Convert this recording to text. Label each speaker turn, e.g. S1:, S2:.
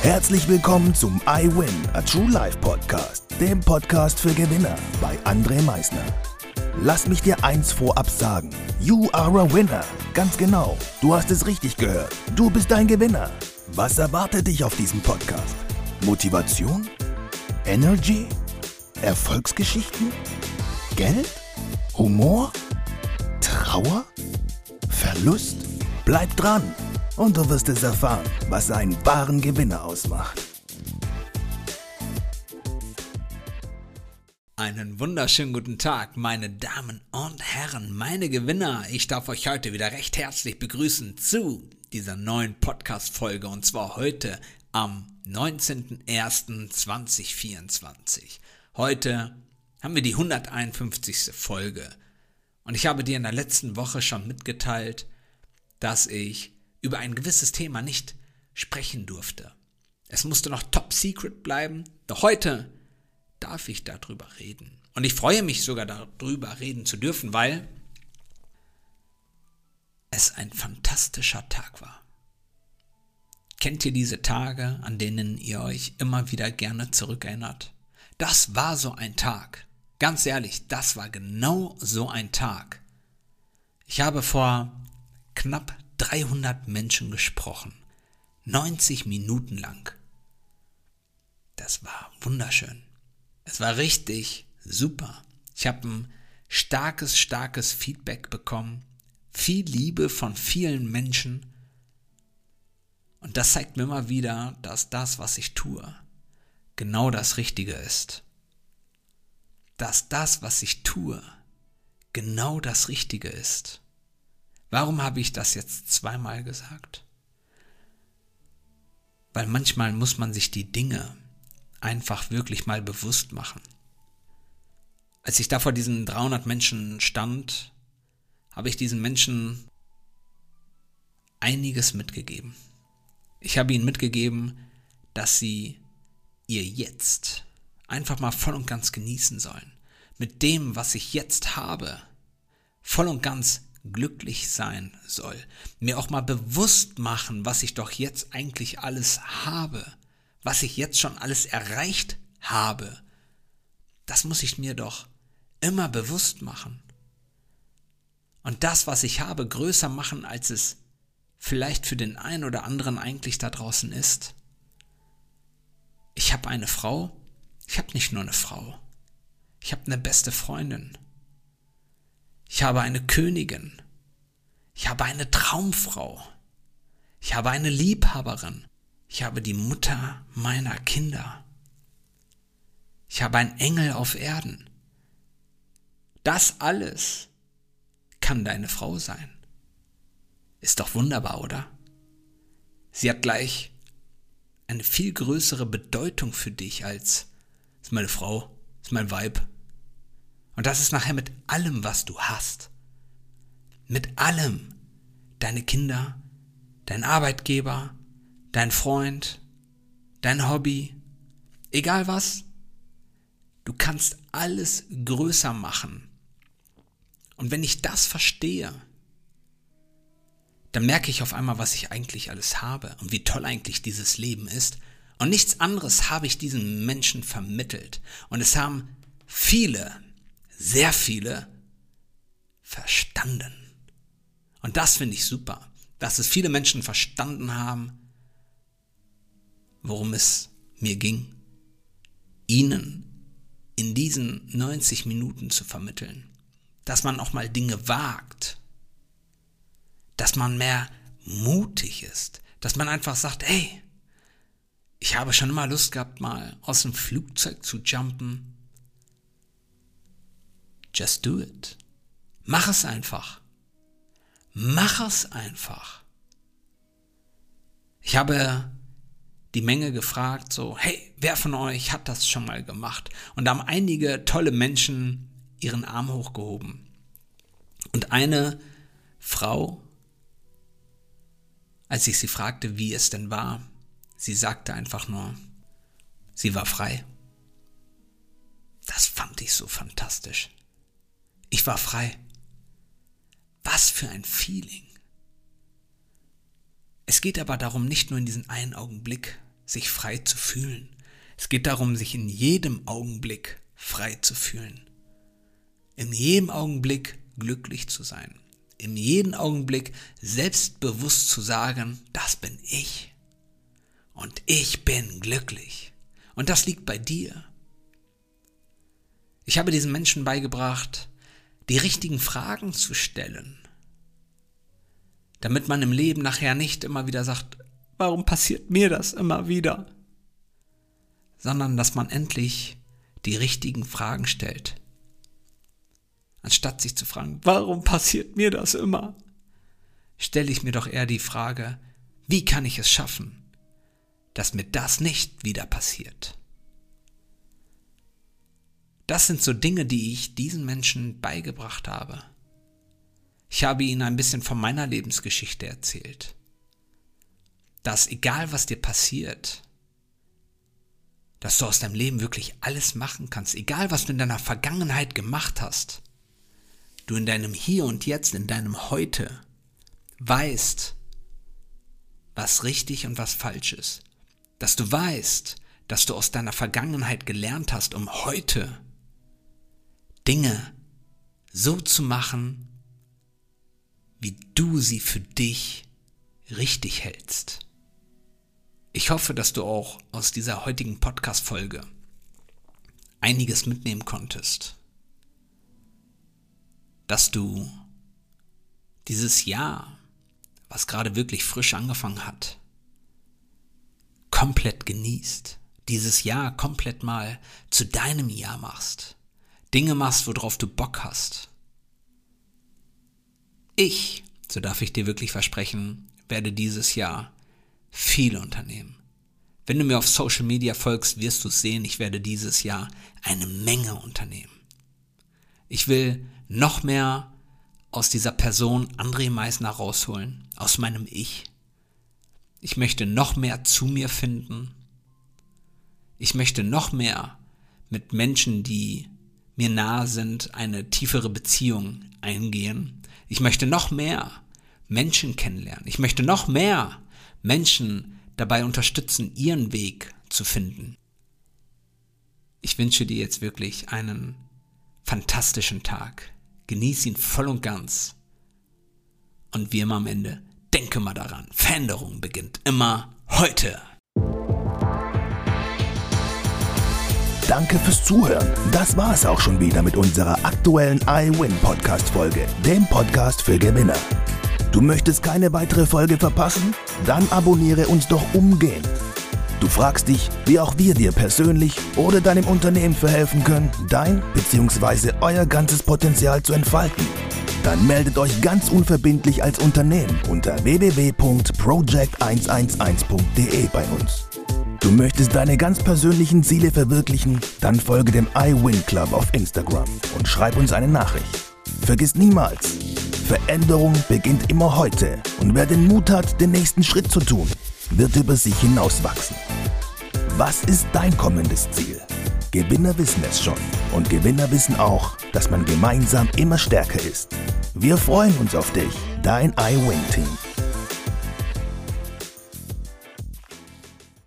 S1: Herzlich willkommen zum I Win, a True Life Podcast, dem Podcast für Gewinner bei André Meisner. Lass mich dir eins vorab sagen, you are a winner. Ganz genau, du hast es richtig gehört, du bist ein Gewinner. Was erwartet dich auf diesem Podcast? Motivation? Energy? Erfolgsgeschichten? Geld? Humor? Trauer? Verlust? Bleib dran und du wirst es erfahren, was einen wahren Gewinner ausmacht.
S2: Einen wunderschönen guten Tag, meine Damen und Herren, meine Gewinner. Ich darf euch heute wieder recht herzlich begrüßen zu dieser neuen Podcast-Folge und zwar heute am 19.01.2024. Heute haben wir die 151. Folge und ich habe dir in der letzten Woche schon mitgeteilt, dass ich über ein gewisses Thema nicht sprechen durfte. Es musste noch top secret bleiben, doch heute darf ich darüber reden. Und ich freue mich sogar darüber reden zu dürfen, weil es ein fantastischer Tag war. Kennt ihr diese Tage, an denen ihr euch immer wieder gerne zurückerinnert? Das war so ein Tag. Ganz ehrlich, das war genau so ein Tag. Ich habe vor knapp 300 Menschen gesprochen. 90 Minuten lang. Das war wunderschön. Es war richtig super. Ich habe ein starkes Feedback bekommen. Viel Liebe von vielen Menschen. Und das zeigt mir immer wieder, dass das, was ich tue, genau das Richtige ist. Dass das, was ich tue, genau das Richtige ist. Warum habe ich das jetzt zweimal gesagt? Weil manchmal muss man sich die Dinge einfach wirklich mal bewusst machen. Als ich da vor diesen 300 Menschen stand, habe ich diesen Menschen einiges mitgegeben. Ich habe ihnen mitgegeben, dass sie ihr Jetzt einfach mal voll und ganz genießen sollen. Mit dem, was ich jetzt habe, voll und ganz glücklich sein soll. Mir auch mal bewusst machen, was ich doch jetzt eigentlich alles habe. Was ich jetzt schon alles erreicht habe. Das muss ich mir doch immer bewusst machen. Und das, was ich habe, größer machen, als es vielleicht für den einen oder anderen eigentlich da draußen ist. Ich habe eine Frau. Ich habe nicht nur eine Frau. Ich habe eine beste Freundin. Ich habe eine Königin. Ich habe eine Traumfrau. Ich habe eine Liebhaberin. Ich habe die Mutter meiner Kinder. Ich habe einen Engel auf Erden. Das alles kann deine Frau sein. Ist doch wunderbar, oder? Sie hat gleich eine viel größere Bedeutung für dich als ist meine Frau, ist mein Weib. Und das ist nachher mit allem, was du hast. Mit allem. Deine Kinder, dein Arbeitgeber, dein Freund, dein Hobby, egal was. Du kannst alles größer machen. Und wenn ich das verstehe, dann merke ich auf einmal, was ich eigentlich alles habe und wie toll eigentlich dieses Leben ist. Und nichts anderes habe ich diesen Menschen vermittelt. Und es haben viele, sehr viele verstanden. Und das finde ich super, dass es viele Menschen verstanden haben, worum es mir ging, ihnen in diesen 90 Minuten zu vermitteln. Dass man auch mal Dinge wagt, dass man mehr mutig ist, dass man einfach sagt, hey, ich habe schon immer Lust gehabt, mal aus dem Flugzeug zu jumpen. Just do it. Mach es einfach. Mach es einfach. Ich habe die Menge gefragt, so, hey, wer von euch hat das schon mal gemacht? Und da haben einige tolle Menschen ihren Arm hochgehoben. Und eine Frau, als ich sie fragte, wie es denn war, sie sagte einfach nur, sie war frei. Das fand ich so fantastisch. Ich war frei. Was für ein Feeling. Es geht aber darum, nicht nur in diesen einen Augenblick sich frei zu fühlen. Es geht darum, sich in jedem Augenblick frei zu fühlen. In jedem Augenblick glücklich zu sein. In jedem Augenblick selbstbewusst zu sagen, das bin ich. Und ich bin glücklich. Und das liegt bei dir. Ich habe diesen Menschen beigebracht, die richtigen Fragen zu stellen, damit man im Leben nachher nicht immer wieder sagt, warum passiert mir das immer wieder? Sondern dass man endlich die richtigen Fragen stellt. Anstatt sich zu fragen, warum passiert mir das immer? Stelle ich mir doch eher die Frage, wie kann ich es schaffen, dass mir das nicht wieder passiert? Das sind so Dinge, die ich diesen Menschen beigebracht habe. Ich habe ihnen ein bisschen von meiner Lebensgeschichte erzählt. Dass egal was dir passiert, dass du aus deinem Leben wirklich alles machen kannst, egal was du in deiner Vergangenheit gemacht hast, du in deinem Hier und Jetzt, in deinem Heute weißt, was richtig und was falsch ist. Dass du weißt, dass du aus deiner Vergangenheit gelernt hast, um heute Dinge so zu machen, wie du sie für dich richtig hältst. Ich hoffe, dass du auch aus dieser heutigen Podcast-Folge einiges mitnehmen konntest. Dass du dieses Jahr, was gerade wirklich frisch angefangen hat, komplett genießt. Dieses Jahr komplett mal zu deinem Jahr machst. Dinge machst, worauf du Bock hast. Ich, so darf ich dir wirklich versprechen, werde dieses Jahr viel unternehmen. Wenn du mir auf Social Media folgst, wirst du es sehen, ich werde dieses Jahr eine Menge unternehmen. Ich will noch mehr aus dieser Person André Meisner rausholen, aus meinem Ich. Ich möchte noch mehr zu mir finden. Ich möchte noch mehr mit Menschen, die mir nahe sind, eine tiefere Beziehung eingehen. Ich möchte noch mehr Menschen kennenlernen. Ich möchte noch mehr Menschen dabei unterstützen, ihren Weg zu finden. Ich wünsche dir jetzt wirklich einen fantastischen Tag. Genieß ihn voll und ganz. Und wie immer am Ende, denke mal daran, Veränderung beginnt immer heute.
S1: Danke fürs Zuhören. Das war es auch schon wieder mit unserer aktuellen iWin-Podcast-Folge, dem Podcast für Gewinner. Du möchtest keine weitere Folge verpassen? Dann abonniere uns doch umgehend. Du fragst dich, wie auch wir dir persönlich oder deinem Unternehmen verhelfen können, dein bzw. euer ganzes Potenzial zu entfalten. Dann meldet euch ganz unverbindlich als Unternehmen unter www.project111.de bei uns. Du möchtest deine ganz persönlichen Ziele verwirklichen? Dann folge dem iWin Club auf Instagram und schreib uns eine Nachricht. Vergiss niemals, Veränderung beginnt immer heute und wer den Mut hat, den nächsten Schritt zu tun, wird über sich hinauswachsen. Was ist dein kommendes Ziel? Gewinner wissen es schon und Gewinner wissen auch, dass man gemeinsam immer stärker ist. Wir freuen uns auf dich, dein iWin-Team.